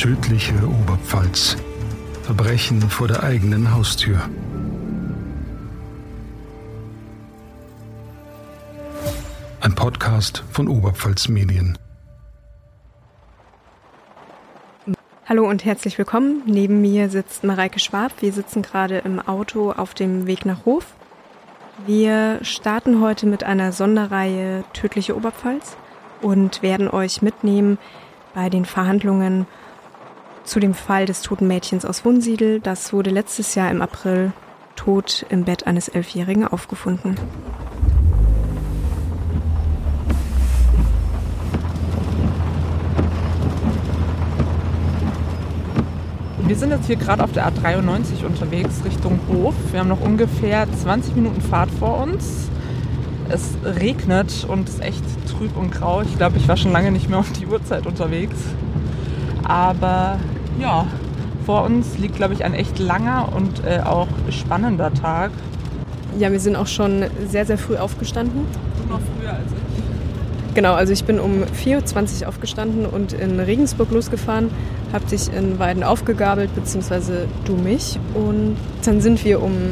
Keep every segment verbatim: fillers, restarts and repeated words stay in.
tödliche Oberpfalz. Verbrechen vor der eigenen Haustür. Ein Podcast von Oberpfalz Medien. Hallo und herzlich willkommen. Neben mir sitzt Mareike Schwab. Wir sitzen gerade im Auto auf dem Weg nach Hof. Wir starten heute mit einer Sonderreihe Tödliche Oberpfalz und werden euch mitnehmen bei den Verhandlungen zu dem Fall des toten Mädchens aus Wunsiedel. Das wurde letztes Jahr im April tot im Bett eines Elfjährigen aufgefunden. Wir sind jetzt hier gerade auf der A dreiundneunzig unterwegs Richtung Hof. Wir haben noch ungefähr zwanzig Minuten Fahrt vor uns. Es regnet und es ist echt trüb und grau. Ich glaube, ich war schon lange nicht mehr auf die Uhrzeit unterwegs. Aber ja, vor uns liegt, glaube ich, ein echt langer und äh, auch spannender Tag. Ja, wir sind auch schon sehr, sehr früh aufgestanden. Du noch früher als ich? Genau, also ich bin um vier Uhr zwanzig aufgestanden und in Regensburg losgefahren, hab dich in Weiden aufgegabelt, beziehungsweise du mich. Und dann sind wir um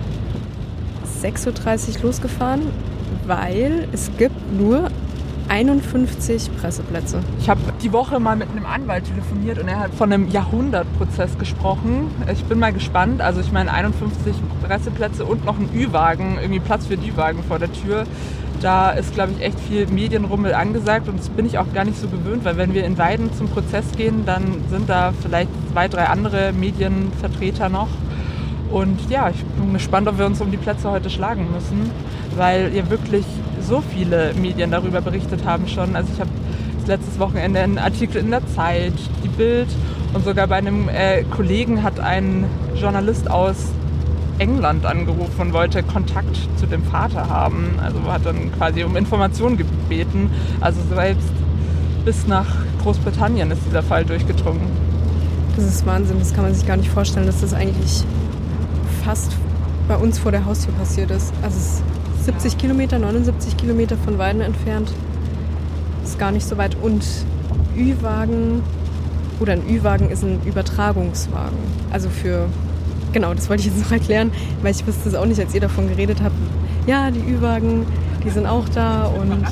sechs Uhr dreißig losgefahren, weil es gibt nur einundfünfzig Presseplätze. Ich habe die Woche mal mit einem Anwalt telefoniert und er hat von einem Jahrhundertprozess gesprochen. Ich bin mal gespannt. Also ich meine einundfünfzig Presseplätze und noch ein Ü-Wagen, irgendwie Platz für die Ü-Wagen vor der Tür. Da ist, glaube ich, echt viel Medienrummel angesagt und das bin ich auch gar nicht so gewöhnt, weil wenn wir in Weiden zum Prozess gehen, dann sind da vielleicht zwei, drei andere Medienvertreter noch. Und ja, ich bin gespannt, ob wir uns um die Plätze heute schlagen müssen, weil ja wirklich so viele Medien darüber berichtet haben schon. Also ich habe letztes Wochenende einen Artikel in der Zeit, die Bild und sogar bei einem äh, Kollegen hat ein Journalist aus England angerufen und wollte Kontakt zu dem Vater haben. Also hat dann quasi um Informationen gebeten. Also selbst bis nach Großbritannien ist dieser Fall durchgedrungen. Das ist Wahnsinn, das kann man sich gar nicht vorstellen, dass das eigentlich fast bei uns vor der Haustür passiert ist. Also es ist siebzig Kilometer, neunundsiebzig Kilometer von Weiden entfernt. Das ist gar nicht so weit. Und Ü-Wagen, oder ein Ü-Wagen ist ein Übertragungswagen. Also für, genau, das wollte ich jetzt noch erklären, weil ich wusste es auch nicht, als ihr davon geredet habt. Ja, die Ü-Wagen, die sind auch da und und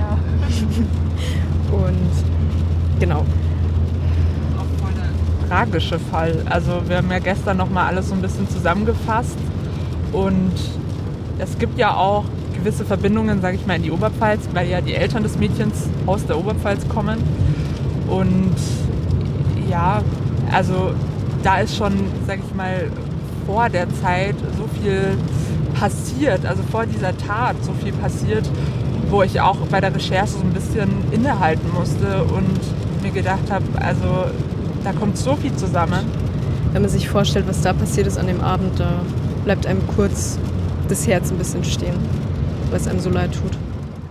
genau. Tragische Fall. Also wir haben ja gestern noch mal alles so ein bisschen zusammengefasst und es gibt ja auch gewisse Verbindungen, sage ich mal, in die Oberpfalz, weil ja die Eltern des Mädchens aus der Oberpfalz kommen und ja, also da ist schon, sage ich mal, vor der Zeit so viel passiert, also vor dieser Tat so viel passiert, wo ich auch bei der Recherche so ein bisschen innehalten musste und mir gedacht habe, also da kommt so viel zusammen. Wenn man sich vorstellt, was da passiert ist an dem Abend, da bleibt einem kurz das Herz ein bisschen stehen, weil es einem so leid tut.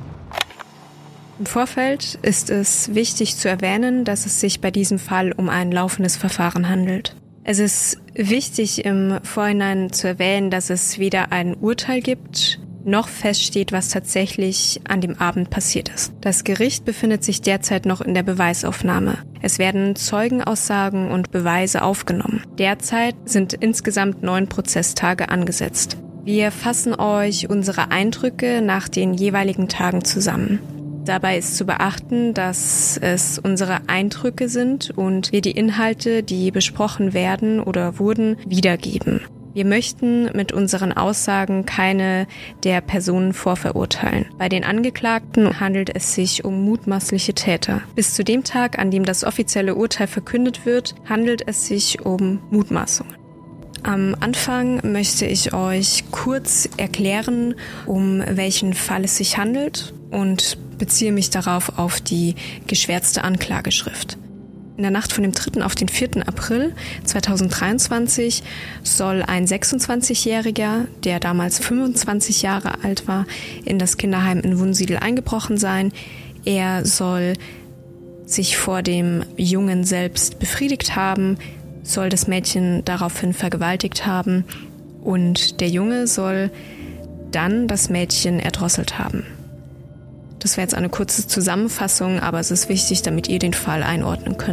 Im Vorfeld ist es wichtig zu erwähnen, dass es sich bei diesem Fall um ein laufendes Verfahren handelt. Es ist wichtig, im Vorhinein zu erwähnen, dass es weder ein Urteil gibt, noch feststeht, was tatsächlich an dem Abend passiert ist. Das Gericht befindet sich derzeit noch in der Beweisaufnahme. Es werden Zeugenaussagen und Beweise aufgenommen. Derzeit sind insgesamt neun Prozesstage angesetzt. Wir fassen euch unsere Eindrücke nach den jeweiligen Tagen zusammen. Dabei ist zu beachten, dass es unsere Eindrücke sind und wir die Inhalte, die besprochen werden oder wurden, wiedergeben. Wir möchten mit unseren Aussagen keine der Personen vorverurteilen. Bei den Angeklagten handelt es sich um mutmaßliche Täter. Bis zu dem Tag, an dem das offizielle Urteil verkündet wird, handelt es sich um Mutmaßungen. Am Anfang möchte ich euch kurz erklären, um welchen Fall es sich handelt und beziehe mich darauf auf die geschwärzte Anklageschrift. In der Nacht von dem dritten auf den vierten April zweitausenddreiundzwanzig soll ein sechsundzwanzigjähriger, der damals fünfundzwanzig Jahre alt war, in das Kinderheim in Wunsiedel eingebrochen sein. Er soll sich vor dem Jungen selbst befriedigt haben, soll das Mädchen daraufhin vergewaltigt haben und der Junge soll dann das Mädchen erdrosselt haben. Das wäre jetzt eine kurze Zusammenfassung, aber es ist wichtig, damit ihr den Fall einordnen könnt.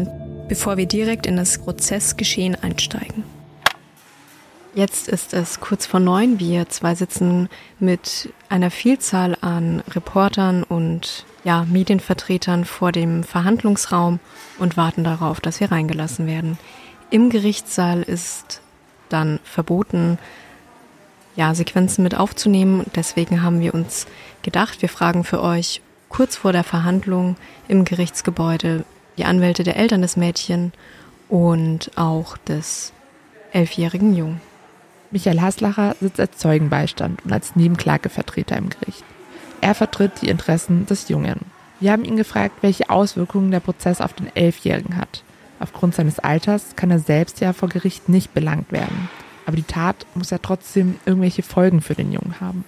bevor wir direkt in das Prozessgeschehen einsteigen. Jetzt ist es kurz vor neun. Wir zwei sitzen mit einer Vielzahl an Reportern und ja, Medienvertretern vor dem Verhandlungsraum und warten darauf, dass wir reingelassen werden. Im Gerichtssaal ist dann verboten, ja, Sequenzen mit aufzunehmen. Deswegen haben wir uns gedacht, wir fragen für euch kurz vor der Verhandlung im Gerichtsgebäude die Anwälte der Eltern des Mädchens und auch des elfjährigen Jungen. Michael Haslacher sitzt als Zeugenbeistand und als Nebenklagevertreter im Gericht. Er vertritt die Interessen des Jungen. Wir haben ihn gefragt, welche Auswirkungen der Prozess auf den Elfjährigen hat. Aufgrund seines Alters kann er selbst ja vor Gericht nicht belangt werden. Aber die Tat muss ja trotzdem irgendwelche Folgen für den Jungen haben.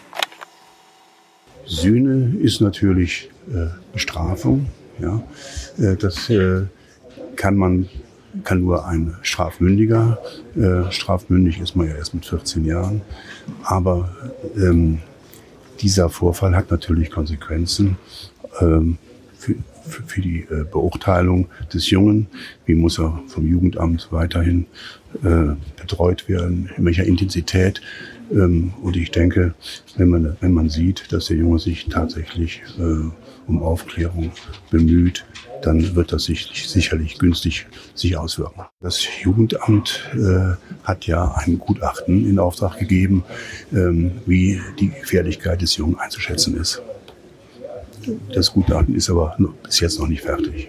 Sühne ist natürlich äh, Bestrafung. Ja. Äh, das äh, kann man kann nur ein Strafmündiger. Äh, strafmündig ist man ja erst mit vierzehn Jahren. Aber ähm, dieser Vorfall hat natürlich Konsequenzen ähm, für, für, für die äh, Beurteilung des Jungen. Wie muss er vom Jugendamt weiterhin äh, betreut werden, in welcher Intensität. Ähm, und ich denke, wenn man, wenn man sieht, dass der Junge sich tatsächlich äh, um Aufklärung bemüht, dann wird das sich sicherlich günstig sich auswirken. Das Jugendamt äh, hat ja ein Gutachten in Auftrag gegeben, ähm, wie die Gefährlichkeit des Jungen einzuschätzen ist. Das Gutachten ist aber noch, bis jetzt noch nicht fertig.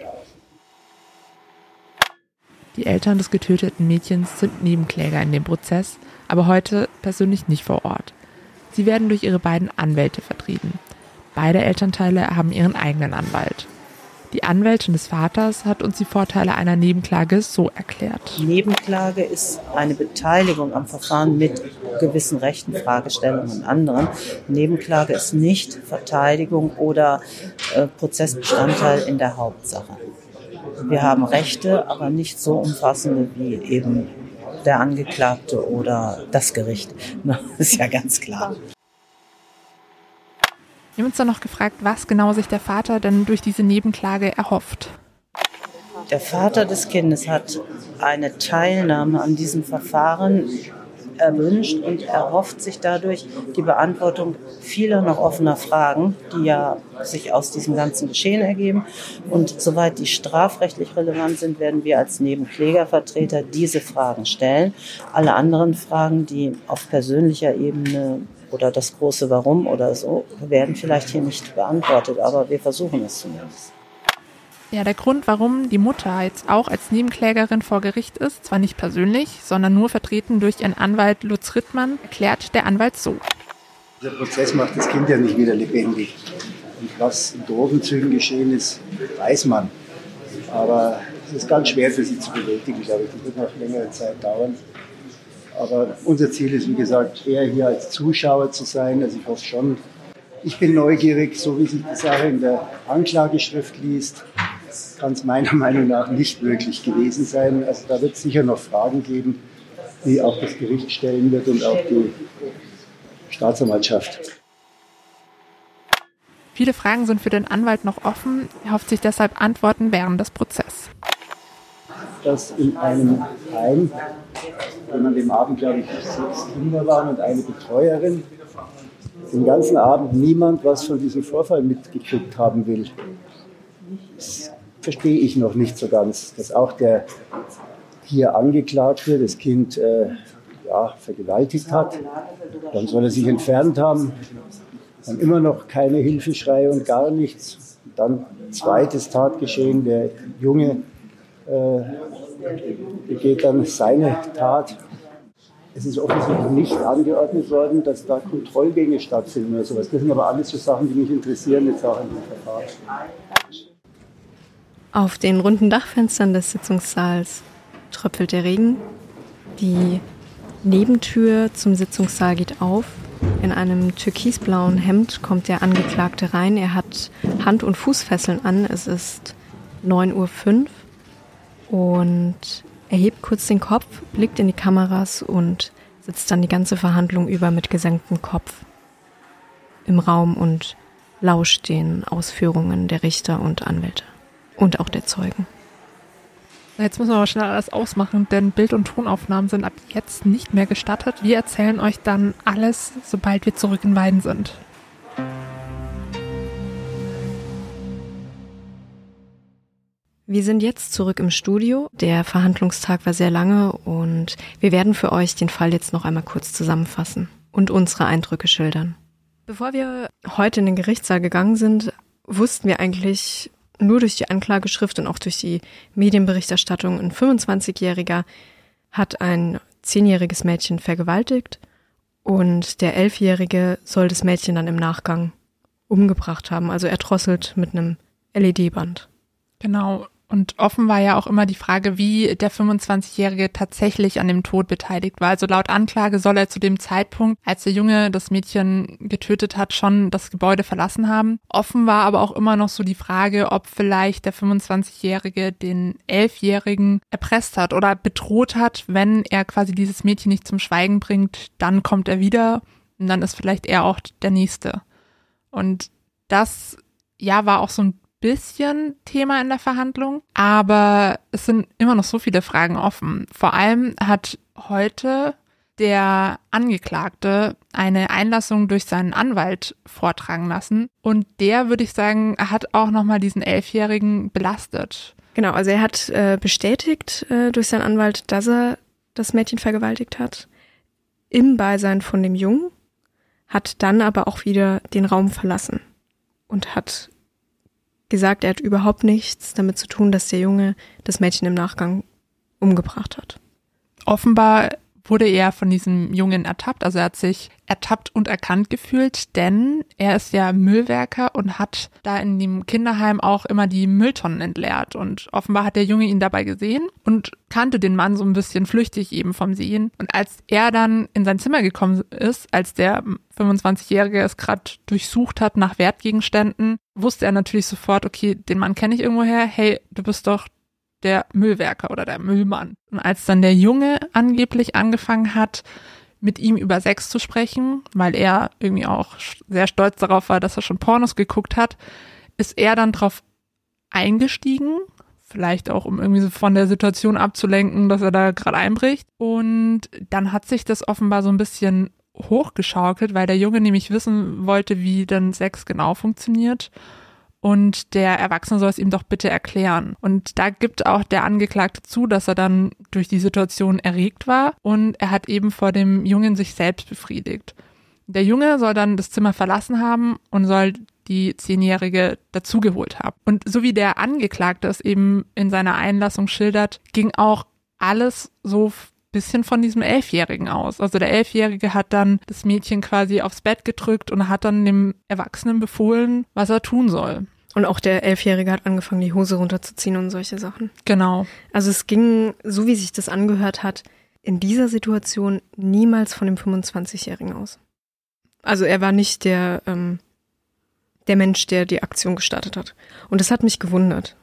Die Eltern des getöteten Mädchens sind Nebenkläger in dem Prozess, aber heute persönlich nicht vor Ort. Sie werden durch ihre beiden Anwälte vertreten. Beide Elternteile haben ihren eigenen Anwalt. Die Anwältin des Vaters hat uns die Vorteile einer Nebenklage so erklärt. Nebenklage ist eine Beteiligung am Verfahren mit gewissen Rechten, Fragestellungen und anderen. Nebenklage ist nicht Verteidigung oder äh, Prozessbestandteil in der Hauptsache. Wir haben Rechte, aber nicht so umfassende wie eben der Angeklagte oder das Gericht. Das ist ja ganz klar. Wir haben uns dann noch gefragt, was genau sich der Vater denn durch diese Nebenklage erhofft. Der Vater des Kindes hat eine Teilnahme an diesem Verfahren erwünscht und erhofft sich dadurch die Beantwortung vieler noch offener Fragen, die ja sich aus diesem ganzen Geschehen ergeben. Und soweit die strafrechtlich relevant sind, werden wir als Nebenklägervertreter diese Fragen stellen. Alle anderen Fragen, die auf persönlicher Ebene oder das große Warum oder so, werden vielleicht hier nicht beantwortet, aber wir versuchen es zumindest. Ja, der Grund, warum die Mutter jetzt auch als Nebenklägerin vor Gericht ist, zwar nicht persönlich, sondern nur vertreten durch ihren Anwalt Lutz Rittmann, erklärt der Anwalt so. Der Prozess macht das Kind ja nicht wieder lebendig. Und was in Drogenzügen geschehen ist, weiß man. Aber es ist ganz schwer für sie zu bewältigen, glaube ich. Das wird noch längere Zeit dauern. Aber unser Ziel ist, wie gesagt, eher hier als Zuschauer zu sein. Also ich hoffe schon. Ich bin neugierig, so wie sich die Sache in der Anklageschrift liest, kann es meiner Meinung nach nicht wirklich gewesen sein. Also da wird es sicher noch Fragen geben, die auch das Gericht stellen wird und auch die Staatsanwaltschaft. Viele Fragen sind für den Anwalt noch offen. Er hofft sich deshalb Antworten während des Prozesses. Dass in einem Heim, wenn an dem Abend, glaube ich, sechs Kinder waren und eine Betreuerin, den ganzen Abend niemand was von diesem Vorfall mitgekriegt haben will. Das verstehe ich noch nicht so ganz, dass auch der hier Angeklagte das Kind äh, ja, vergewaltigt hat. Dann soll er sich entfernt haben. Dann immer noch keine Hilfeschreie und gar nichts. Dann zweites Tatgeschehen, der Junge äh, begeht dann seine Tat. Es ist offensichtlich nicht angeordnet worden, dass da Kontrollgänge stattfinden oder sowas. Das sind aber alles so Sachen, die mich interessieren jetzt auch an dem Verfahren. Auf den runden Dachfenstern des Sitzungssaals tröpfelt der Regen. Die Nebentür zum Sitzungssaal geht auf. In einem türkisblauen Hemd kommt der Angeklagte rein. Er hat Hand- und Fußfesseln an. Es ist neun Uhr fünf und er hebt kurz den Kopf, blickt in die Kameras und sitzt dann die ganze Verhandlung über mit gesenktem Kopf im Raum und lauscht den Ausführungen der Richter und Anwälte und auch der Zeugen. Jetzt müssen wir aber schnell alles ausmachen, denn Bild- und Tonaufnahmen sind ab jetzt nicht mehr gestattet. Wir erzählen euch dann alles, sobald wir zurück in Weiden sind. Wir sind jetzt zurück im Studio. Der Verhandlungstag war sehr lange und wir werden für euch den Fall jetzt noch einmal kurz zusammenfassen und unsere Eindrücke schildern. Bevor wir heute in den Gerichtssaal gegangen sind, wussten wir eigentlich nur durch die Anklageschrift und auch durch die Medienberichterstattung, ein fünfundzwanzigjähriger hat ein zehnjähriges Mädchen vergewaltigt und der elfjährige soll das Mädchen dann im Nachgang umgebracht haben, also erdrosselt mit einem L E D-Band. Genau. Und offen war ja auch immer die Frage, wie der fünfundzwanzigjährige tatsächlich an dem Tod beteiligt war. Also laut Anklage soll er zu dem Zeitpunkt, als der Junge das Mädchen getötet hat, schon das Gebäude verlassen haben. Offen war aber auch immer noch so die Frage, ob vielleicht der fünfundzwanzigjährige den elfjährigen erpresst hat oder bedroht hat, wenn er quasi dieses Mädchen nicht zum Schweigen bringt, dann kommt er wieder und dann ist vielleicht er auch der Nächste. Und das, ja, war auch so ein bisschen Thema in der Verhandlung, aber es sind immer noch so viele Fragen offen. Vor allem hat heute der Angeklagte eine Einlassung durch seinen Anwalt vortragen lassen und der, würde ich sagen, hat auch nochmal diesen Elfjährigen belastet. Genau, also er hat äh, bestätigt äh, durch seinen Anwalt, dass er das Mädchen vergewaltigt hat, im Beisein von dem Jungen, hat dann aber auch wieder den Raum verlassen und hat gesagt, er hat überhaupt nichts damit zu tun, dass der Junge das Mädchen im Nachgang umgebracht hat. Offenbar wurde er von diesem Jungen ertappt, also er hat sich ertappt und erkannt gefühlt, denn er ist ja Müllwerker und hat da in dem Kinderheim auch immer die Mülltonnen entleert und offenbar hat der Junge ihn dabei gesehen und kannte den Mann so ein bisschen flüchtig eben vom Sehen und als er dann in sein Zimmer gekommen ist, als der fünfundzwanzigjährige es gerade durchsucht hat nach Wertgegenständen, wusste er natürlich sofort, okay, den Mann kenne ich irgendwoher, hey, du bist doch der Müllwerker oder der Müllmann. Und als dann der Junge angeblich angefangen hat, mit ihm über Sex zu sprechen, weil er irgendwie auch sehr stolz darauf war, dass er schon Pornos geguckt hat, ist er dann drauf eingestiegen, vielleicht auch, um irgendwie so von der Situation abzulenken, dass er da gerade einbricht. Und dann hat sich das offenbar so ein bisschen hochgeschaukelt, weil der Junge nämlich wissen wollte, wie dann Sex genau funktioniert. Und der Erwachsene soll es ihm doch bitte erklären. Und da gibt auch der Angeklagte zu, dass er dann durch die Situation erregt war und er hat eben vor dem Jungen sich selbst befriedigt. Der Junge soll dann das Zimmer verlassen haben und soll die Zehnjährige dazugeholt haben. Und so wie der Angeklagte es eben in seiner Einlassung schildert, ging auch alles so bisschen von diesem Elfjährigen aus. Also der Elfjährige hat dann das Mädchen quasi aufs Bett gedrückt und hat dann dem Erwachsenen befohlen, was er tun soll. Und auch der Elfjährige hat angefangen, die Hose runterzuziehen und solche Sachen. Genau. Also es ging, so wie sich das angehört hat, in dieser Situation niemals von dem fünfundzwanzigjährigen aus. Also er war nicht der, ähm, der Mensch, der die Aktion gestartet hat. Und das hat mich gewundert.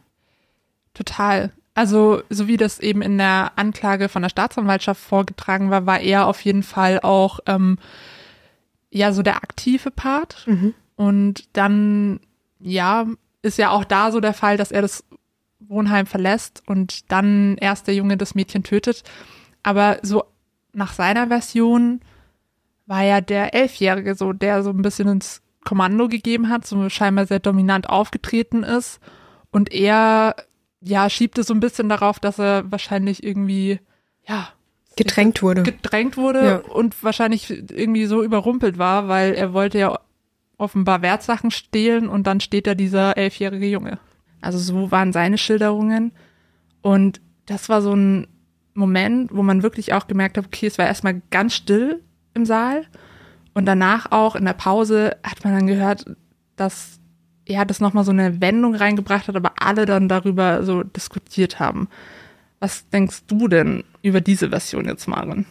Total. Also so wie das eben in der Anklage von der Staatsanwaltschaft vorgetragen war, war er auf jeden Fall auch ähm, ja so der aktive Part. Mhm. Und dann, ja, ist ja auch da so der Fall, dass er das Wohnheim verlässt und dann erst der Junge das Mädchen tötet. Aber so nach seiner Version war ja der Elfjährige so, der so ein bisschen ins Kommando gegeben hat, so scheinbar sehr dominant aufgetreten ist. Und er, ja, schiebt es so ein bisschen darauf, dass er wahrscheinlich irgendwie, ja, gedrängt wurde. Gedrängt wurde ja. Und wahrscheinlich irgendwie so überrumpelt war, weil er wollte ja offenbar Wertsachen stehlen und dann steht da dieser elfjährige Junge. Also so waren seine Schilderungen. Und das war so ein Moment, wo man wirklich auch gemerkt hat, okay, es war erstmal ganz still im Saal. Und danach auch in der Pause hat man dann gehört, dass er das nochmal so eine Wendung reingebracht hat, aber alle dann darüber so diskutiert haben. Was denkst du denn über diese Version jetzt, Maren?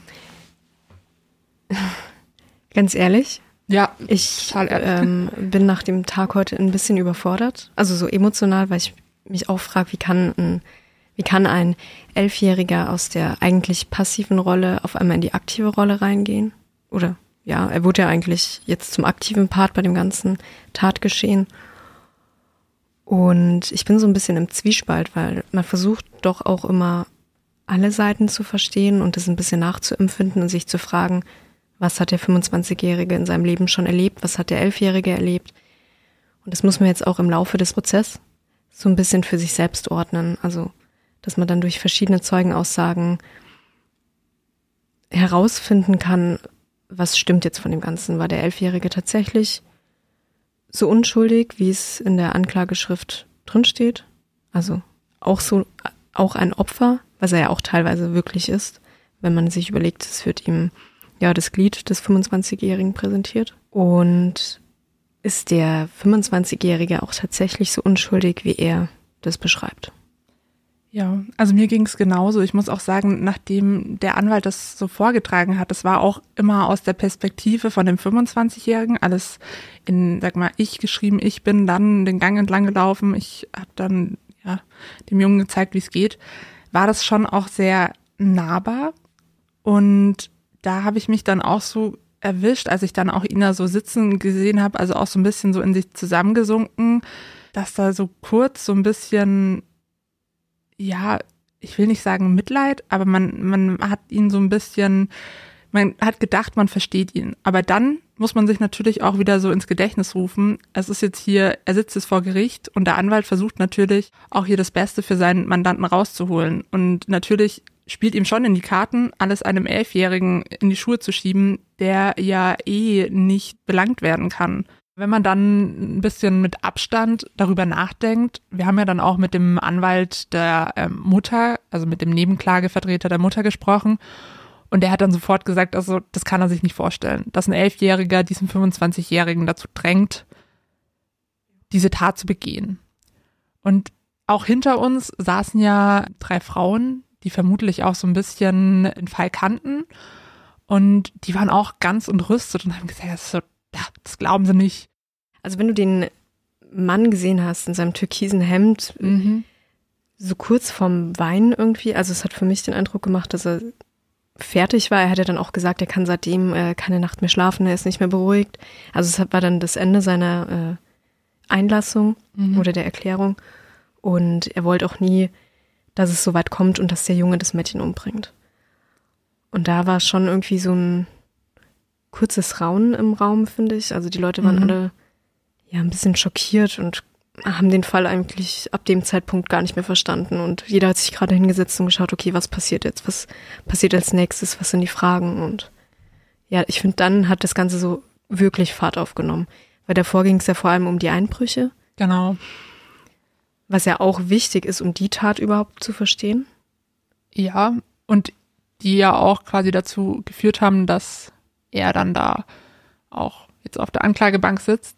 Ganz ehrlich? Ja, ich total ehrlich. Ähm, bin nach dem Tag heute ein bisschen überfordert. Also so emotional, weil ich mich auch frage, wie kann ein, wie kann ein Elfjähriger aus der eigentlich passiven Rolle auf einmal in die aktive Rolle reingehen? Oder ja, er wurde ja eigentlich jetzt zum aktiven Part bei dem ganzen Tatgeschehen. Und ich bin so ein bisschen im Zwiespalt, weil man versucht doch auch immer alle Seiten zu verstehen und das ein bisschen nachzuempfinden und sich zu fragen, was hat der fünfundzwanzigjährige in seinem Leben schon erlebt, was hat der elfjährige erlebt. Und das muss man jetzt auch im Laufe des Prozesses so ein bisschen für sich selbst ordnen. Also, dass man dann durch verschiedene Zeugenaussagen herausfinden kann, was stimmt jetzt von dem Ganzen. War der Elfjährige tatsächlich so unschuldig, wie es in der Anklageschrift drinsteht? Also auch so, auch ein Opfer, was er ja auch teilweise wirklich ist, wenn man sich überlegt, es wird ihm ja das Glied des fünfundzwanzigjährigen präsentiert. Und ist der fünfundzwanzigjährige auch tatsächlich so unschuldig, wie er das beschreibt? Ja, also mir ging es genauso. Ich muss auch sagen, nachdem der Anwalt das so vorgetragen hat, das war auch immer aus der Perspektive von dem fünfundzwanzigjährigen, alles in, sag mal, ich geschrieben, ich bin dann den Gang entlang gelaufen, ich habe dann ja dem Jungen gezeigt, wie es geht, war das schon auch sehr nahbar. Und da habe ich mich dann auch so erwischt, als ich dann auch ihn da so sitzen gesehen habe, also auch so ein bisschen so in sich zusammengesunken, dass da so kurz so ein bisschen, ja, ich will nicht sagen Mitleid, aber man, man hat ihn so ein bisschen, man hat gedacht, man versteht ihn. Aber dann muss man sich natürlich auch wieder so ins Gedächtnis rufen. Es ist jetzt hier, er sitzt jetzt vor Gericht und der Anwalt versucht natürlich auch hier das Beste für seinen Mandanten rauszuholen. Und natürlich spielt ihm schon in die Karten, alles einem Elfjährigen in die Schuhe zu schieben, der ja eh nicht belangt werden kann. Wenn man dann ein bisschen mit Abstand darüber nachdenkt, wir haben ja dann auch mit dem Anwalt der ähm, Mutter, also mit dem Nebenklagevertreter der Mutter gesprochen und der hat dann sofort gesagt, also das kann er sich nicht vorstellen, dass ein Elfjähriger diesen fünfundzwanzigjährigen dazu drängt, diese Tat zu begehen. Und auch hinter uns saßen ja drei Frauen, die vermutlich auch so ein bisschen den Fall kannten und die waren auch ganz entrüstet und haben gesagt, das ist so, ja, das glauben sie nicht. Also wenn du den Mann gesehen hast in seinem türkisen Hemd, mhm. so kurz vorm Weinen irgendwie, also es hat für mich den Eindruck gemacht, dass er fertig war. Er hat ja dann auch gesagt, er kann seitdem äh, keine Nacht mehr schlafen, er ist nicht mehr beruhigt. Also es war dann das Ende seiner äh, Einlassung mhm. oder der Erklärung und er wollte auch nie, dass es so weit kommt und dass der Junge das Mädchen umbringt. Und da war schon irgendwie so ein kurzes Raunen im Raum, finde ich. Also die Leute waren mhm. alle ja ein bisschen schockiert und haben den Fall eigentlich ab dem Zeitpunkt gar nicht mehr verstanden. Und jeder hat sich gerade hingesetzt und geschaut, okay, was passiert jetzt? Was passiert als nächstes? Was sind die Fragen? Und ja, ich finde, dann hat das Ganze so wirklich Fahrt aufgenommen. Weil davor ging es ja vor allem um die Einbrüche. Genau. Was ja auch wichtig ist, um die Tat überhaupt zu verstehen. Ja, und die ja auch quasi dazu geführt haben, dass er dann da auch jetzt auf der Anklagebank sitzt.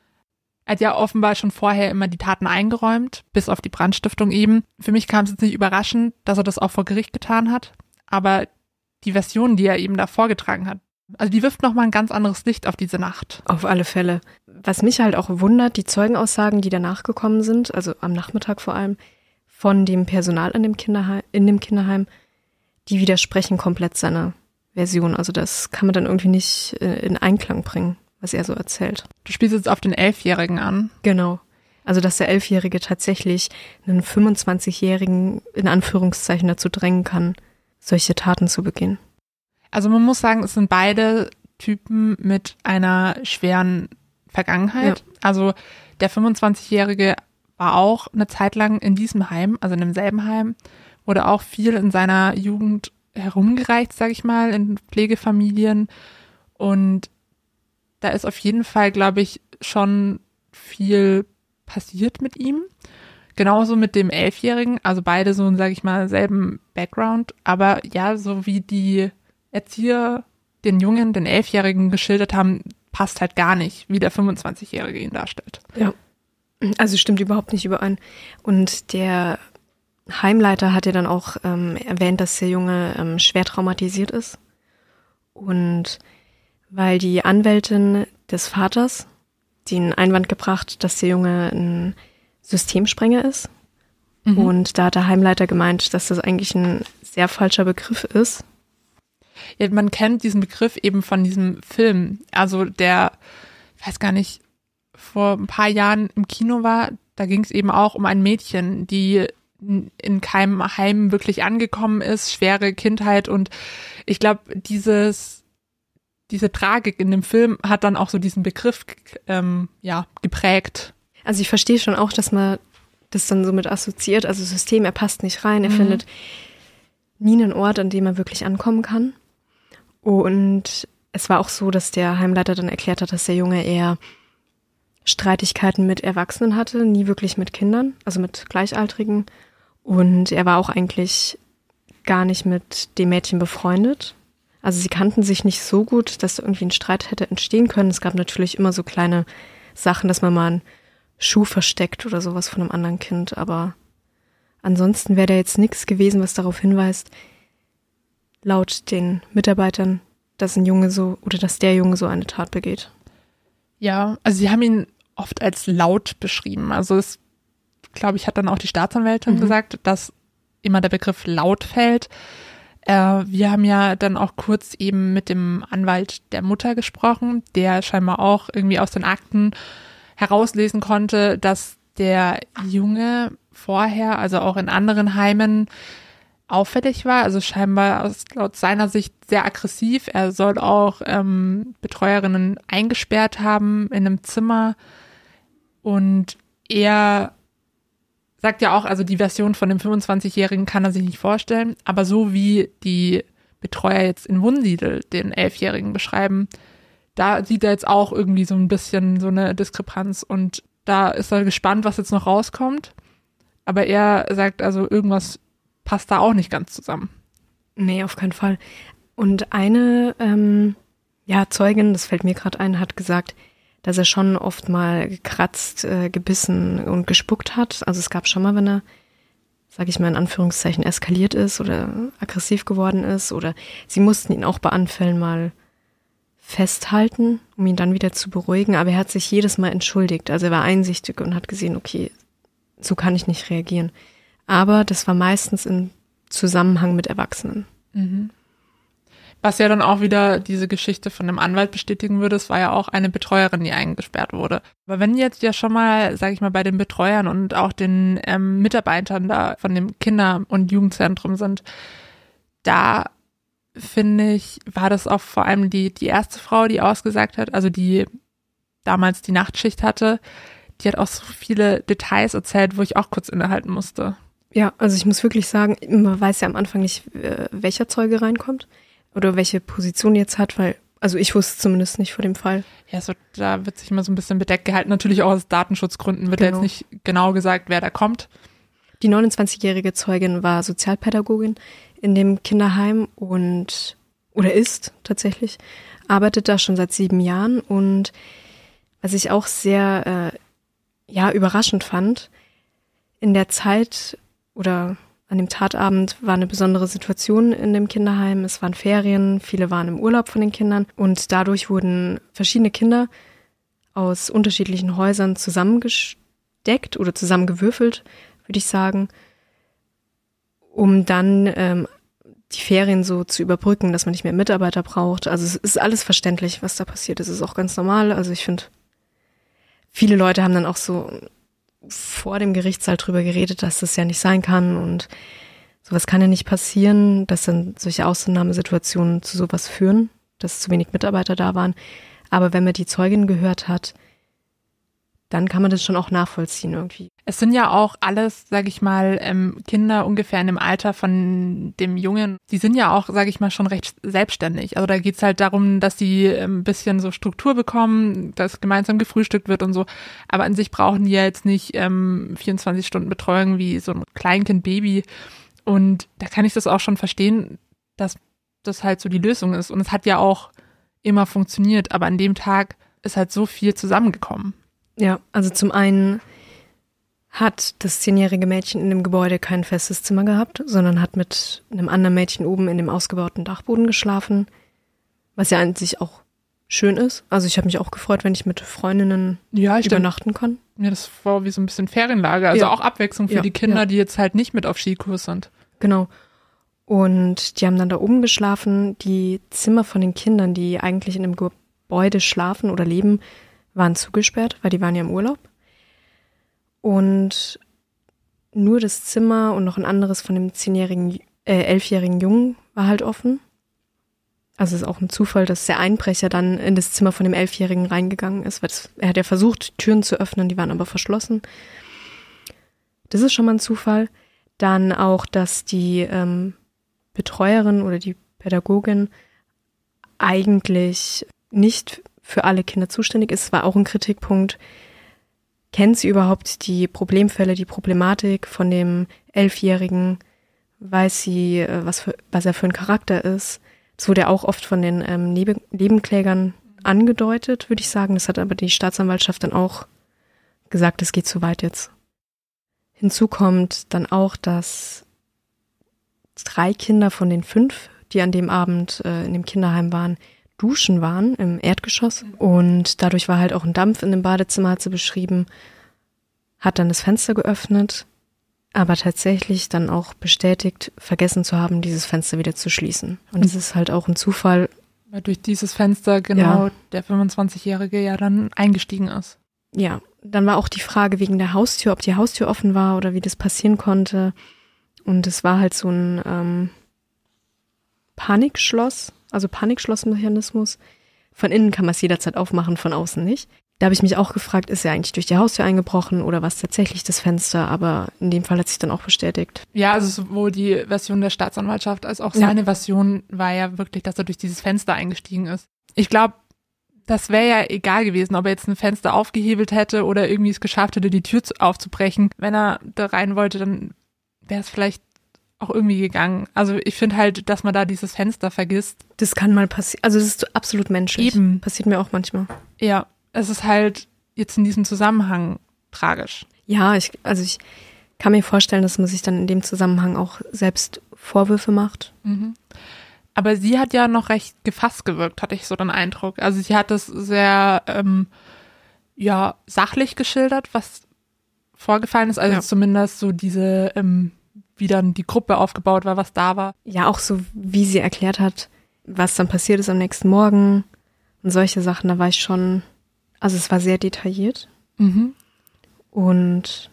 Er hat ja offenbar schon vorher immer die Taten eingeräumt, bis auf die Brandstiftung eben. Für mich kam es jetzt nicht überraschend, dass er das auch vor Gericht getan hat, aber die Version, die er eben da vorgetragen hat, also die wirft nochmal ein ganz anderes Licht auf diese Nacht. Auf alle Fälle. Was mich halt auch wundert, die Zeugenaussagen, die danach gekommen sind, also am Nachmittag vor allem, von dem Personal in dem Kinderheim, in dem Kinderheim, die widersprechen komplett seiner Version. Also das kann man dann irgendwie nicht in Einklang bringen, was er so erzählt. Du spielst jetzt auf den Elfjährigen an. Genau. Also dass der Elfjährige tatsächlich einen fünfundzwanzigjährigen in Anführungszeichen dazu drängen kann, solche Taten zu begehen. Also man muss sagen, es sind beide Typen mit einer schweren Vergangenheit. Ja. Also der fünfundzwanzigjährige war auch eine Zeit lang in diesem Heim, also in demselben Heim, wurde auch viel in seiner Jugend herumgereicht, sage ich mal, in Pflegefamilien. Und da ist auf jeden Fall, glaube ich, schon viel passiert mit ihm. Genauso mit dem Elfjährigen, also beide so, sage ich mal, selben Background. Aber ja, so wie die Erzieher den Jungen, den Elfjährigen geschildert haben, passt halt gar nicht, wie der fünfundzwanzigjährige ihn darstellt. Ja, also stimmt überhaupt nicht überein. Und der Heimleiter hat ja dann auch ähm, erwähnt, dass der Junge ähm, schwer traumatisiert ist. Und weil die Anwältin des Vaters den Einwand gebracht, dass der Junge ein Systemsprenger ist. Mhm. Und da hat der Heimleiter gemeint, dass das eigentlich ein sehr falscher Begriff ist. Ja, man kennt diesen Begriff eben von diesem Film. Also der, ich weiß gar nicht, vor ein paar Jahren im Kino war, Da ging es eben auch um ein Mädchen, die in keinem Heim wirklich angekommen ist, schwere Kindheit. Und ich glaube, dieses, diese Tragik in dem Film hat dann auch so diesen Begriff ähm, ja, geprägt. Also ich verstehe schon auch, dass man das dann so mit assoziiert. Also das System, er passt nicht rein, er mhm. findet nie einen Ort, an dem er wirklich ankommen kann. Und es war auch so, dass der Heimleiter dann erklärt hat, dass der Junge eher Streitigkeiten mit Erwachsenen hatte, nie wirklich mit Kindern, also mit Gleichaltrigen. Und er war auch eigentlich gar nicht mit dem Mädchen befreundet. Also sie kannten sich nicht so gut, dass da irgendwie ein Streit hätte entstehen können. Es gab natürlich immer so kleine Sachen, dass man mal einen Schuh versteckt oder sowas von einem anderen Kind. Aber ansonsten wäre da jetzt nichts gewesen, was darauf hinweist, laut den Mitarbeitern, dass ein Junge so oder dass der Junge so eine Tat begeht. Ja, also sie haben ihn oft als laut beschrieben. Also es, glaube ich, hat dann auch die Staatsanwältin mhm. gesagt, dass immer der Begriff laut fällt. Äh, wir haben ja dann auch kurz eben mit dem Anwalt der Mutter gesprochen, der scheinbar auch irgendwie aus den Akten herauslesen konnte, dass der Junge vorher, also auch in anderen Heimen, auffällig war, also scheinbar aus, laut seiner Sicht sehr aggressiv. Er soll auch ähm, Betreuerinnen eingesperrt haben in einem Zimmer und er sagt ja auch, also die Version von dem fünfundzwanzigjährigen kann er sich nicht vorstellen, aber so wie die Betreuer jetzt in Wunsiedel den elfjährigen beschreiben, da sieht er jetzt auch irgendwie so ein bisschen so eine Diskrepanz und da ist er gespannt, was jetzt noch rauskommt, aber er sagt also, irgendwas passt da auch nicht ganz zusammen. Nee, auf keinen Fall. Und eine ähm, ja, Zeugin, das fällt mir gerade ein, hat gesagt, dass er schon oft mal gekratzt, äh, gebissen und gespuckt hat. Also es gab schon mal, wenn er, sag ich mal in Anführungszeichen, eskaliert ist oder aggressiv geworden ist. Oder sie mussten ihn auch bei Anfällen mal festhalten, um ihn dann wieder zu beruhigen. Aber er hat sich jedes Mal entschuldigt. Also er war einsichtig und hat gesehen, okay, so kann ich nicht reagieren. Aber das war meistens im Zusammenhang mit Erwachsenen. Mhm. Was ja dann auch wieder diese Geschichte von dem Anwalt bestätigen würde, es war ja auch eine Betreuerin, die eingesperrt wurde. Aber wenn jetzt ja schon mal, sage ich mal, bei den Betreuern und auch den ähm, Mitarbeitern da von dem Kinder- und Jugendzentrum sind, da finde ich, war das auch vor allem die, die erste Frau, die ausgesagt hat, also die damals die Nachtschicht hatte, die hat auch so viele Details erzählt, wo ich auch kurz innehalten musste. Ja, also ich muss wirklich sagen, man weiß ja am Anfang nicht, welcher Zeuge reinkommt oder welche Position jetzt hat, weil, also ich wusste zumindest nicht vor dem Fall. Ja, so da wird sich immer so ein bisschen bedeckt gehalten. Natürlich auch aus Datenschutzgründen wird genau. ja jetzt nicht genau gesagt, wer da kommt. Die neunundzwanzigjährige Zeugin war Sozialpädagogin in dem Kinderheim und, oder ist tatsächlich, arbeitet da schon seit sieben Jahren und was ich auch sehr, äh, ja, überraschend fand, in der Zeit oder an dem Tatabend war eine besondere Situation in dem Kinderheim. Es waren Ferien, viele waren im Urlaub von den Kindern und dadurch wurden verschiedene Kinder aus unterschiedlichen Häusern zusammengesteckt oder zusammengewürfelt, würde ich sagen, um dann ähm, die Ferien so zu überbrücken, dass man nicht mehr Mitarbeiter braucht. Also es ist alles verständlich, was da passiert ist. Es ist auch ganz normal. Also ich finde, viele Leute haben dann auch so vor dem Gerichtssaal drüber geredet, dass das ja nicht sein kann und sowas kann ja nicht passieren, dass dann solche Ausnahmesituationen zu sowas führen, dass zu wenig Mitarbeiter da waren. Aber wenn man die Zeugin gehört hat, dann kann man das schon auch nachvollziehen irgendwie. Es sind ja auch alles, sage ich mal, ähm, Kinder ungefähr in dem Alter von dem Jungen. Die sind ja auch, sage ich mal, schon recht selbstständig. Also da geht's halt darum, dass die ein bisschen so Struktur bekommen, dass gemeinsam gefrühstückt wird und so. Aber an sich brauchen die ja jetzt nicht ähm, vierundzwanzig Stunden Betreuung wie so ein Kleinkind-Baby. Und da kann ich das auch schon verstehen, dass das halt so die Lösung ist. Und es hat ja auch immer funktioniert, aber an dem Tag ist halt so viel zusammengekommen. Ja, also zum einen hat das zehnjährige Mädchen in dem Gebäude kein festes Zimmer gehabt, sondern hat mit einem anderen Mädchen oben in dem ausgebauten Dachboden geschlafen, was ja an sich auch schön ist. Also ich habe mich auch gefreut, wenn ich mit Freundinnen ja, ich übernachten kann. Ja, das war wie so ein bisschen Ferienlager, also ja. auch Abwechslung für ja, die Kinder, ja. die jetzt halt nicht mit auf Skikurs sind. Genau. Und die haben dann da oben geschlafen. Die Zimmer von den Kindern, die eigentlich in dem Gebäude schlafen oder leben, waren zugesperrt, weil die waren ja im Urlaub. Und nur das Zimmer und noch ein anderes von dem zehnjährigen, äh, elfjährigen Jungen war halt offen. Also es ist auch ein Zufall, dass der Einbrecher dann in das Zimmer von dem Elfjährigen reingegangen ist, weil das, er hat ja versucht, Türen zu öffnen, die waren aber verschlossen. Das ist schon mal ein Zufall. Dann auch, dass die ähm, Betreuerin oder die Pädagogin eigentlich nicht für alle Kinder zuständig ist. Es war auch ein Kritikpunkt. Kennt sie überhaupt die Problemfälle, die Problematik von dem Elfjährigen? Weiß sie, was, für, was er für ein Charakter ist? Das wurde ja auch oft von den ähm, Neben- Nebenklägern angedeutet, würde ich sagen. Das hat aber die Staatsanwaltschaft dann auch gesagt, es geht zu weit jetzt. Hinzu kommt dann auch, dass drei Kinder von den fünf, die an dem Abend äh, in dem Kinderheim waren, duschen waren im Erdgeschoss. Und dadurch war halt auch ein Dampf in dem Badezimmer, hat sie beschrieben, hat dann das Fenster geöffnet, aber tatsächlich dann auch bestätigt, vergessen zu haben, dieses Fenster wieder zu schließen. Und es ist halt auch ein Zufall. Weil durch dieses Fenster genau Ja. der fünfundzwanzigjährige ja dann eingestiegen ist. Ja, dann war auch die Frage wegen der Haustür, ob die Haustür offen war oder wie das passieren konnte. Und es war halt so ein ähm, Panikschloss, also Panikschlossmechanismus. Von innen kann man es jederzeit aufmachen, von außen nicht. Da habe ich mich auch gefragt, ist er eigentlich durch die Haustür eingebrochen oder war es tatsächlich das Fenster? Aber in dem Fall hat sich dann auch bestätigt. Ja, also sowohl die Version der Staatsanwaltschaft als auch Ja. seine Version war ja wirklich, dass er durch dieses Fenster eingestiegen ist. Ich glaube, das wäre ja egal gewesen, ob er jetzt ein Fenster aufgehebelt hätte oder irgendwie es geschafft hätte, die Tür zu- aufzubrechen. Wenn er da rein wollte, dann wäre es vielleicht auch irgendwie gegangen. Also ich finde halt, dass man da dieses Fenster vergisst. Das kann mal passieren. Also das ist absolut menschlich. Eben. Passiert mir auch manchmal. Ja, es ist halt jetzt in diesem Zusammenhang tragisch. Ja, ich, also ich kann mir vorstellen, dass man sich dann in dem Zusammenhang auch selbst Vorwürfe macht. Mhm. Aber sie hat ja noch recht gefasst gewirkt, hatte ich so den Eindruck. Also sie hat es sehr ähm, ja, sachlich geschildert, was vorgefallen ist. Also Ja. zumindest so diese, ähm, wie dann die Gruppe aufgebaut war, was da war. Ja, auch so, wie sie erklärt hat, was dann passiert ist am nächsten Morgen und solche Sachen, da war ich schon, also es war sehr detailliert Mhm. und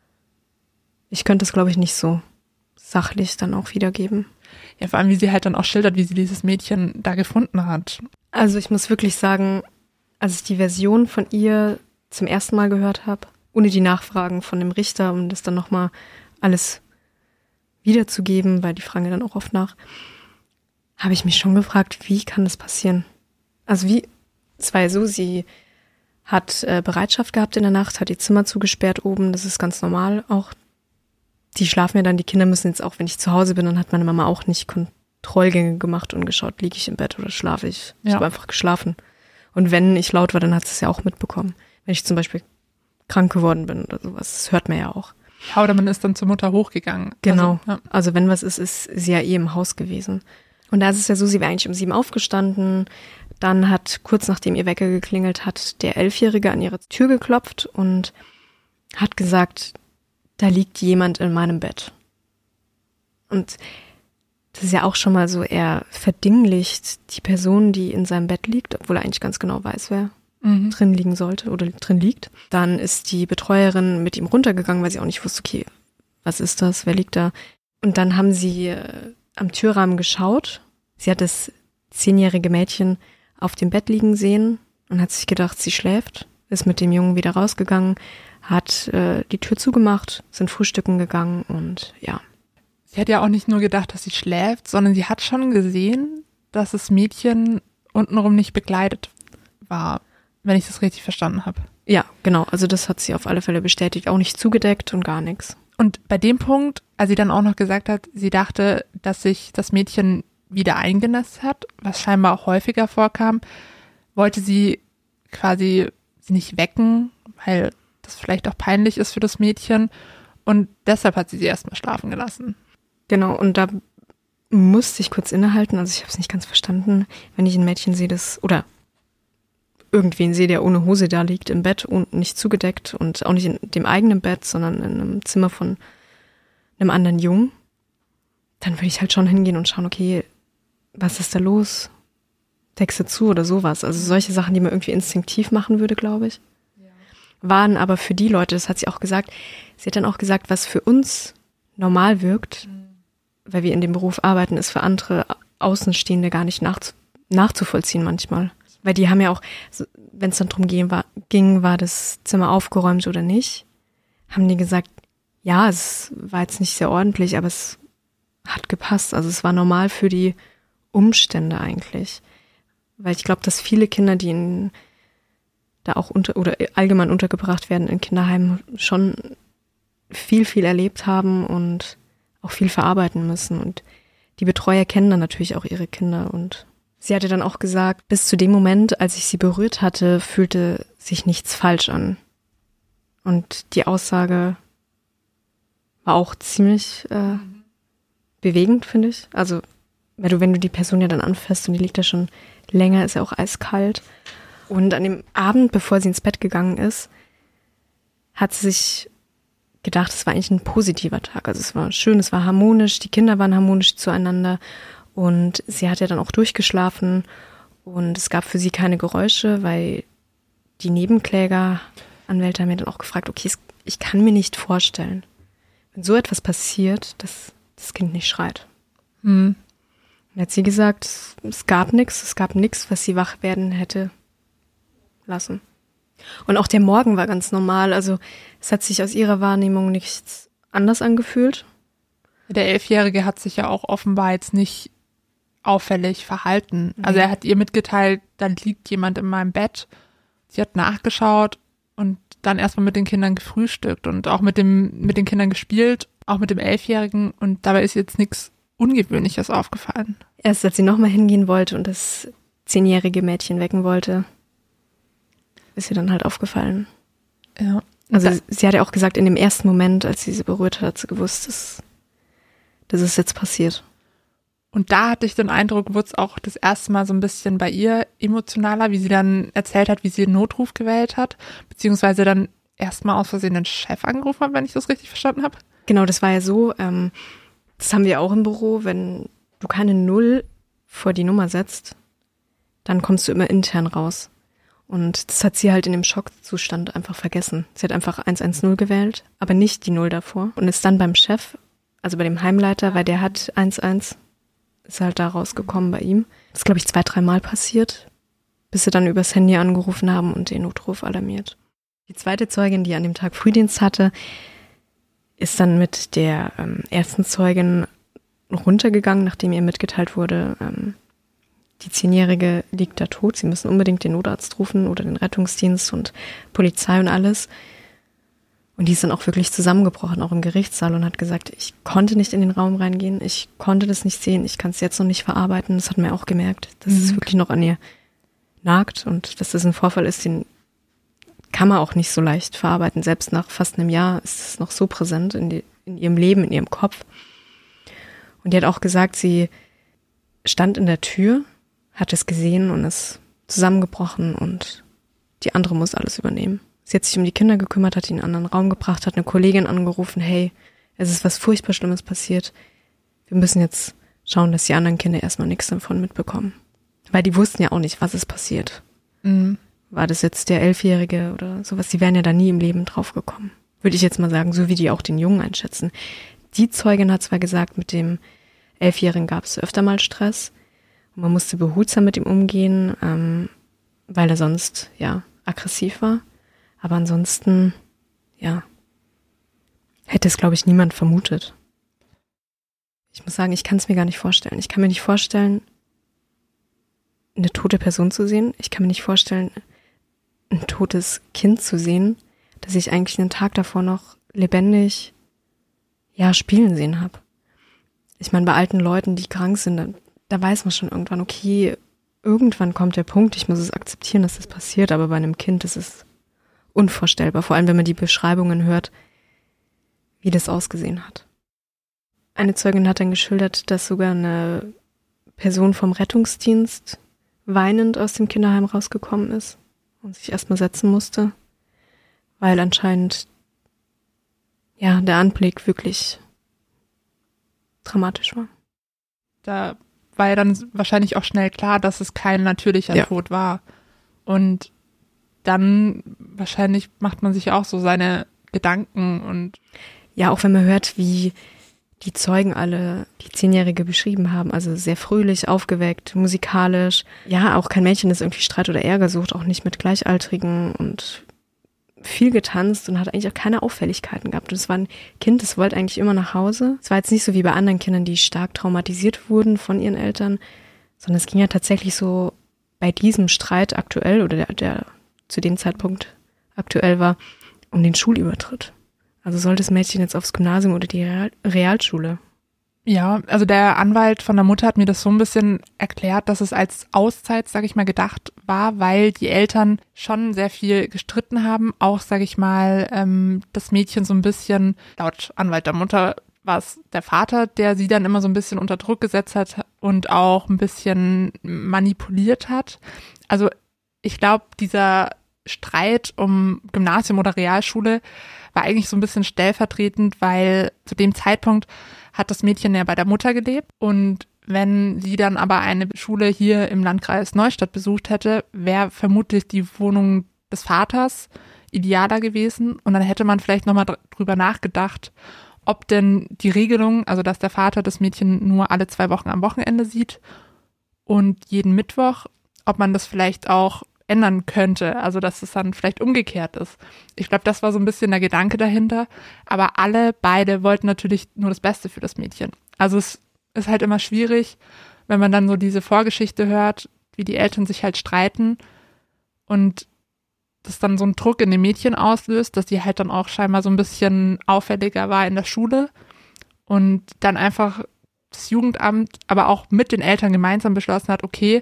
ich könnte es, glaube ich, nicht so sachlich dann auch wiedergeben. Ja, vor allem, wie sie halt dann auch schildert, wie sie dieses Mädchen da gefunden hat. Also ich muss wirklich sagen, als ich die Version von ihr zum ersten Mal gehört habe, ohne die Nachfragen von dem Richter, um das dann nochmal alles wiederzugeben, weil die fragen ja dann auch oft nach, habe ich mich schon gefragt, wie kann das passieren? Also wie, es war ja so, sie hat äh, Bereitschaft gehabt in der Nacht, hat ihr Zimmer zugesperrt oben, das ist ganz normal auch. Die schlafen ja dann, die Kinder müssen jetzt auch, wenn ich zu Hause bin, dann hat meine Mama auch nicht Kontrollgänge gemacht und geschaut, liege ich im Bett oder schlafe ich. Ich Ja. habe einfach geschlafen. Und wenn ich laut war, dann hat sie es ja auch mitbekommen. Wenn ich zum Beispiel krank geworden bin oder sowas, das hört man ja auch. Ja, oder man ist dann zur Mutter hochgegangen. Genau. Also, ja. Also wenn was ist, ist sie ja eh im Haus gewesen. Und da ist es ja so, sie wäre eigentlich um sieben aufgestanden. Dann hat, kurz nachdem ihr Wecker geklingelt hat, der Elfjährige an ihre Tür geklopft und hat gesagt, da liegt jemand in meinem Bett. Und das ist ja auch schon mal so, er verdinglicht die Person, die in seinem Bett liegt, obwohl er eigentlich ganz genau weiß, wer Mhm. drin liegen sollte oder drin liegt. Dann ist die Betreuerin mit ihm runtergegangen, weil sie auch nicht wusste, okay, was ist das, wer liegt da? Und dann haben sie äh, am Türrahmen geschaut. Sie hat das zehnjährige Mädchen auf dem Bett liegen sehen und hat sich gedacht, sie schläft, ist mit dem Jungen wieder rausgegangen, hat äh, die Tür zugemacht, sind frühstücken gegangen und ja. Sie hat ja auch nicht nur gedacht, dass sie schläft, sondern sie hat schon gesehen, dass das Mädchen untenrum nicht bekleidet war, wenn ich das richtig verstanden habe. Ja, genau, also das hat sie auf alle Fälle bestätigt, auch nicht zugedeckt und gar nichts. Und bei dem Punkt, als sie dann auch noch gesagt hat, sie dachte, dass sich das Mädchen wieder eingenässt hat, was scheinbar auch häufiger vorkam, wollte sie quasi sie nicht wecken, weil das vielleicht auch peinlich ist für das Mädchen. Und deshalb hat sie sie erstmal schlafen gelassen. Genau, und da musste ich kurz innehalten, also ich habe es nicht ganz verstanden, wenn ich ein Mädchen sehe, das, oder irgendwen sehe, der ohne Hose da liegt im Bett und nicht zugedeckt und auch nicht in dem eigenen Bett, sondern in einem Zimmer von einem anderen Jungen, dann würde ich halt schon hingehen und schauen, okay, was ist da los? Deckst du zu oder sowas? Also solche Sachen, die man irgendwie instinktiv machen würde, glaube ich. waren aber für die Leute, das hat sie auch gesagt, sie hat dann auch gesagt, was für uns normal wirkt, mhm. weil wir in dem Beruf arbeiten, ist für andere Außenstehende gar nicht nach, nachzuvollziehen manchmal. Weil die haben ja auch, wenn es dann darum ging war, ging, war das Zimmer aufgeräumt oder nicht, haben die gesagt, ja, es war jetzt nicht sehr ordentlich, aber es hat gepasst. Also es war normal für die Umstände eigentlich. Weil ich glaube, dass viele Kinder, die in, da auch unter oder allgemein untergebracht werden in Kinderheimen, schon viel, viel erlebt haben und auch viel verarbeiten müssen. Und die Betreuer kennen dann natürlich auch ihre Kinder. Und sie hatte dann auch gesagt, bis zu dem Moment, als ich sie berührt hatte, fühlte sich nichts falsch an. Und die Aussage war auch ziemlich äh, bewegend, finde ich. Also, wenn du, wenn du die Person ja dann anfasst und die liegt da schon länger, ist ja auch eiskalt. Und an dem Abend, bevor sie ins Bett gegangen ist, hat sie sich gedacht, es war eigentlich ein positiver Tag. Also es war schön, es war harmonisch, die Kinder waren harmonisch zueinander und sie hat ja dann auch durchgeschlafen und es gab für sie keine Geräusche, weil die Nebenklägeranwälte haben mir dann auch gefragt, okay, ich kann mir nicht vorstellen, wenn so etwas passiert, dass das Kind nicht schreit. Hm. Dann hat sie gesagt, es gab nichts, es gab nichts, was sie wach werden hätte lassen. Und auch der Morgen war ganz normal, also es hat sich aus ihrer Wahrnehmung nichts anders angefühlt. Der Elfjährige hat sich ja auch offenbar jetzt nicht auffällig verhalten. Also er hat ihr mitgeteilt, da liegt jemand in meinem Bett. Sie hat nachgeschaut und dann erstmal mit den Kindern gefrühstückt und auch mit dem mit den Kindern gespielt, auch mit dem Elfjährigen und dabei ist jetzt nichts Ungewöhnliches aufgefallen. Erst als sie nochmal hingehen wollte und das zehnjährige Mädchen wecken wollte, ist ihr dann halt aufgefallen. Ja. Also da, sie hat ja auch gesagt, in dem ersten Moment, als sie sie berührt hat, hat sie gewusst, dass, dass es jetzt passiert. Und da hatte ich den Eindruck, wurde es auch das erste Mal so ein bisschen bei ihr emotionaler, wie sie dann erzählt hat, wie sie den Notruf gewählt hat, beziehungsweise dann erstmal aus Versehen den Chef angerufen hat, wenn ich das richtig verstanden habe. Genau, das war ja so, ähm, das haben wir auch im Büro, wenn du keine Null vor die Nummer setzt, dann kommst du immer intern raus. Und das hat sie halt in dem Schockzustand einfach vergessen. Sie hat einfach eins eins null gewählt, aber nicht die Null davor. Und ist dann beim Chef, also bei dem Heimleiter, weil der hat eins eins, ist halt da rausgekommen bei ihm. Das ist, glaube ich, zwei, dreimal passiert, bis sie dann übers Handy angerufen haben und den Notruf alarmiert. Die zweite Zeugin, die an dem Tag Frühdienst hatte, ist dann mit der ähm, ersten Zeugin runtergegangen, nachdem ihr mitgeteilt wurde, ähm, die Zehnjährige liegt da tot, sie müssen unbedingt den Notarzt rufen oder den Rettungsdienst und Polizei und alles. Und die ist dann auch wirklich zusammengebrochen, auch im Gerichtssaal und hat gesagt, ich konnte nicht in den Raum reingehen, ich konnte das nicht sehen, ich kann es jetzt noch nicht verarbeiten. Das hat man ja auch gemerkt, dass mhm. es wirklich noch an ihr nagt und dass das ein Vorfall ist, den kann man auch nicht so leicht verarbeiten. Selbst nach fast einem Jahr ist es noch so präsent in, die, in ihrem Leben, in ihrem Kopf. Und die hat auch gesagt, sie stand in der Tür, hat es gesehen und ist zusammengebrochen und die andere muss alles übernehmen. Sie hat sich um die Kinder gekümmert, hat die in einen anderen Raum gebracht, hat eine Kollegin angerufen, hey, es ist was furchtbar Schlimmes passiert. Wir müssen jetzt schauen, dass die anderen Kinder erstmal nichts davon mitbekommen. Weil die wussten ja auch nicht, was ist passiert. Mhm. War das jetzt der Elfjährige oder sowas? Die wären ja da nie im Leben drauf gekommen. Würde ich jetzt mal sagen, so wie die auch den Jungen einschätzen. Die Zeugin hat zwar gesagt, mit dem Elfjährigen gab es öfter mal Stress. Und man musste behutsam mit ihm umgehen, ähm, weil er sonst, ja, aggressiv war. Aber ansonsten, ja, hätte es, glaube ich, niemand vermutet. Ich muss sagen, ich kann es mir gar nicht vorstellen. Ich kann mir nicht vorstellen, eine tote Person zu sehen. Ich kann mir nicht vorstellen, ein totes Kind zu sehen, das ich eigentlich einen Tag davor noch lebendig, ja, spielen sehen habe. Ich meine, bei alten Leuten, die krank sind, da, da weiß man schon irgendwann, okay, irgendwann kommt der Punkt, ich muss es akzeptieren, dass das passiert, aber bei einem Kind ist es unvorstellbar, vor allem wenn man die Beschreibungen hört, wie das ausgesehen hat. Eine Zeugin hat dann geschildert, dass sogar eine Person vom Rettungsdienst weinend aus dem Kinderheim rausgekommen ist und sich erstmal setzen musste, weil anscheinend ja der Anblick wirklich dramatisch war. Da war ja dann wahrscheinlich auch schnell klar, dass es kein natürlicher ja. Tod war. Und dann wahrscheinlich macht man sich auch so seine Gedanken und ja, auch wenn man hört, wie die Zeugen alle die Zehnjährige beschrieben haben, also sehr fröhlich, aufgeweckt, musikalisch. Ja, auch kein Mädchen, das irgendwie Streit oder Ärger sucht, auch nicht mit Gleichaltrigen und viel getanzt und hat eigentlich auch keine Auffälligkeiten gehabt. Und es war ein Kind, das wollte eigentlich immer nach Hause. Es war jetzt nicht so wie bei anderen Kindern, die stark traumatisiert wurden von ihren Eltern, sondern es ging ja tatsächlich so bei diesem Streit aktuell oder der, der zu dem Zeitpunkt aktuell war, um den Schulübertritt. Also soll das Mädchen jetzt aufs Gymnasium oder die Real- Realschule? Ja, also der Anwalt von der Mutter hat mir das so ein bisschen erklärt, dass es als Auszeit, sage ich mal, gedacht war, weil die Eltern schon sehr viel gestritten haben. Auch, sage ich mal, ähm, das Mädchen so ein bisschen, laut Anwalt der Mutter war es der Vater, der sie dann immer so ein bisschen unter Druck gesetzt hat und auch ein bisschen manipuliert hat. Also ich glaube, dieser Streit um Gymnasium oder Realschule war eigentlich so ein bisschen stellvertretend, weil zu dem Zeitpunkt hat das Mädchen ja bei der Mutter gelebt und wenn sie dann aber eine Schule hier im Landkreis Neustadt besucht hätte, wäre vermutlich die Wohnung des Vaters idealer gewesen und dann hätte man vielleicht nochmal dr- drüber nachgedacht, ob denn die Regelung, also dass der Vater das Mädchen nur alle zwei Wochen am Wochenende sieht und jeden Mittwoch, ob man das vielleicht auch ändern könnte, also dass es dann vielleicht umgekehrt ist. Ich glaube, das war so ein bisschen der Gedanke dahinter, aber alle beide wollten natürlich nur das Beste für das Mädchen. Also es ist halt immer schwierig, wenn man dann so diese Vorgeschichte hört, wie die Eltern sich halt streiten und das dann so einen Druck in dem Mädchen auslöst, dass sie halt dann auch scheinbar so ein bisschen auffälliger war in der Schule und dann einfach das Jugendamt, aber auch mit den Eltern gemeinsam beschlossen hat, okay,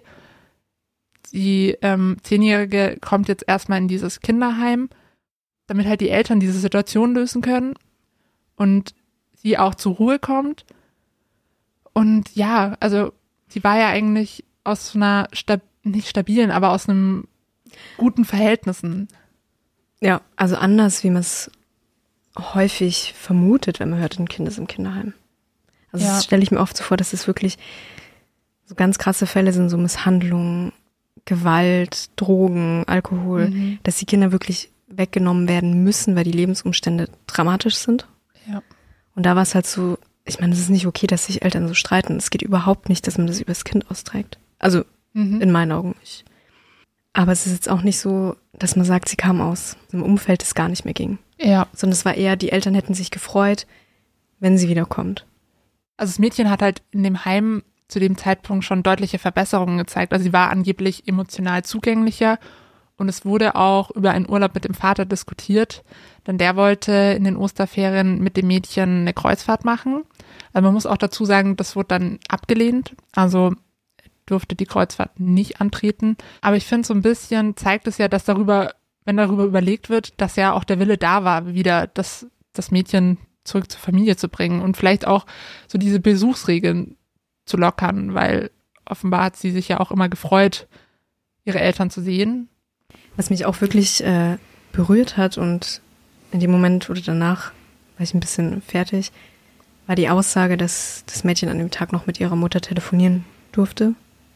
die ähm, Zehnjährige kommt jetzt erstmal in dieses Kinderheim, damit halt die Eltern diese Situation lösen können und sie auch zur Ruhe kommt. Und ja, also sie war ja eigentlich aus einer, stab- nicht stabilen, aber aus einem guten Verhältnissen. Ja, also anders, wie man es häufig vermutet, wenn man hört, ein Kind ist im Kinderheim. Also Ja. das stelle ich mir oft so vor, dass es wirklich so ganz krasse Fälle sind, so Misshandlungen, Gewalt, Drogen, Alkohol, Mhm. dass die Kinder wirklich weggenommen werden müssen, weil die Lebensumstände dramatisch sind. Ja. Und da war es halt so, ich meine, es ist nicht okay, dass sich Eltern so streiten. Es geht überhaupt nicht, dass man das übers Kind austrägt. Also Mhm. in meinen Augen nicht. Aber es ist jetzt auch nicht so, dass man sagt, sie kam aus einem Umfeld, das gar nicht mehr ging. Ja. Sondern es war eher, die Eltern hätten sich gefreut, wenn sie wiederkommt. Also das Mädchen hat halt in dem Heim zu dem Zeitpunkt schon deutliche Verbesserungen gezeigt. Also sie war angeblich emotional zugänglicher und es wurde auch über einen Urlaub mit dem Vater diskutiert, denn der wollte in den Osterferien mit dem Mädchen eine Kreuzfahrt machen. Also man muss auch dazu sagen, das wurde dann abgelehnt, also durfte die Kreuzfahrt nicht antreten. Aber ich finde, so ein bisschen zeigt es ja, dass darüber, wenn darüber überlegt wird, dass ja auch der Wille da war, wieder das, das Mädchen zurück zur Familie zu bringen und vielleicht auch so diese Besuchsregeln zu lockern, weil offenbar hat sie sich ja auch immer gefreut, ihre Eltern zu sehen. Was mich auch wirklich äh, berührt hat und in dem Moment oder danach war ich ein bisschen fertig, war die Aussage, dass das Mädchen an dem Tag noch mit ihrer Mutter telefonieren durfte.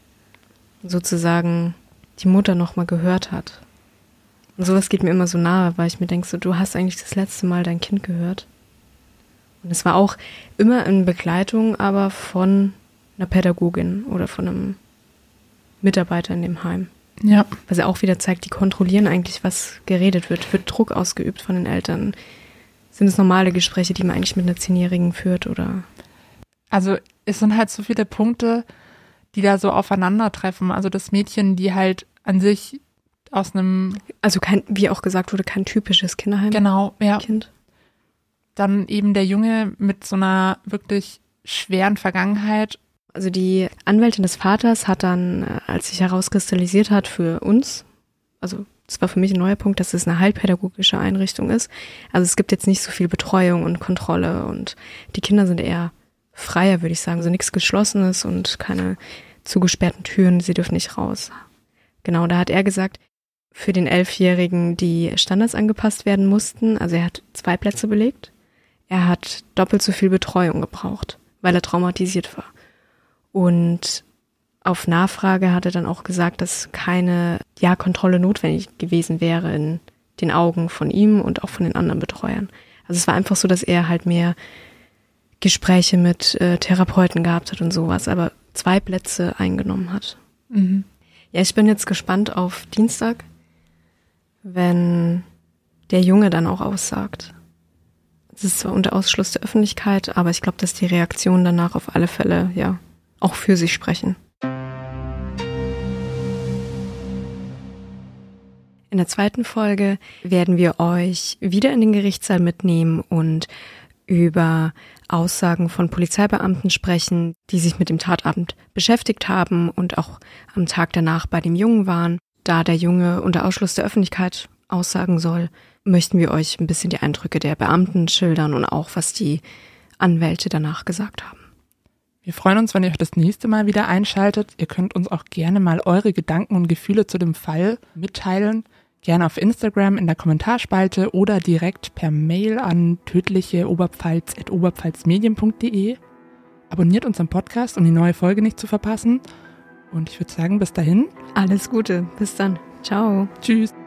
Sozusagen die Mutter noch mal gehört hat. Und sowas geht mir immer so nahe, weil ich mir denke, so, du hast eigentlich das letzte Mal dein Kind gehört. Und es war auch immer in Begleitung, aber von einer Pädagogin oder von einem Mitarbeiter in dem Heim. Ja. Was ja auch wieder zeigt, die kontrollieren eigentlich, was geredet wird. Wird Druck ausgeübt von den Eltern? Sind es normale Gespräche, die man eigentlich mit einer Zehnjährigen führt, oder? Also es sind halt so viele Punkte, die da so aufeinandertreffen. Also das Mädchen, die halt an sich aus einem... Also kein, wie auch gesagt wurde, kein typisches Kinderheim. Genau, ja. Kind. Dann eben der Junge mit so einer wirklich schweren Vergangenheit. Also die Anwältin des Vaters hat dann, als sich herauskristallisiert hat für uns, also das war für mich ein neuer Punkt, dass es eine heilpädagogische Einrichtung ist. Also es gibt jetzt nicht so viel Betreuung und Kontrolle und die Kinder sind eher freier, würde ich sagen. So nichts Geschlossenes und keine zugesperrten Türen, sie dürfen nicht raus. Genau, da hat er gesagt, für den Elfjährigen die Standards angepasst werden mussten. Also er hat zwei Plätze belegt. Er hat doppelt so viel Betreuung gebraucht, weil er traumatisiert war. Und Auf Nachfrage hat er dann auch gesagt, dass keine ja, Kontrolle notwendig gewesen wäre in den Augen von ihm und auch von den anderen Betreuern. Also es war einfach so, dass er halt mehr Gespräche mit äh, Therapeuten gehabt hat und sowas, aber zwei Plätze eingenommen hat. Mhm. Ja, ich bin jetzt gespannt auf Dienstag, wenn der Junge dann auch aussagt. Es ist zwar unter Ausschluss der Öffentlichkeit, aber ich glaube, dass die Reaktionen danach auf alle Fälle ja auch für sich sprechen. In der zweiten Folge werden wir euch wieder in den Gerichtssaal mitnehmen und über Aussagen von Polizeibeamten sprechen, die sich mit dem Tatabend beschäftigt haben und auch am Tag danach bei dem Jungen waren. Da der Junge unter Ausschluss der Öffentlichkeit aussagen soll, möchten wir euch ein bisschen die Eindrücke der Beamten schildern und auch, was die Anwälte danach gesagt haben. Wir freuen uns, wenn ihr euch das nächste Mal wieder einschaltet. Ihr könnt uns auch gerne mal eure Gedanken und Gefühle zu dem Fall mitteilen. Gerne auf Instagram in der Kommentarspalte oder direkt per Mail an tödlicheoberpfalz at oberpfalzmedien punkt de. Abonniert unseren Podcast, um die neue Folge nicht zu verpassen. Und ich würde sagen, bis dahin. Alles Gute. Bis dann. Ciao. Tschüss.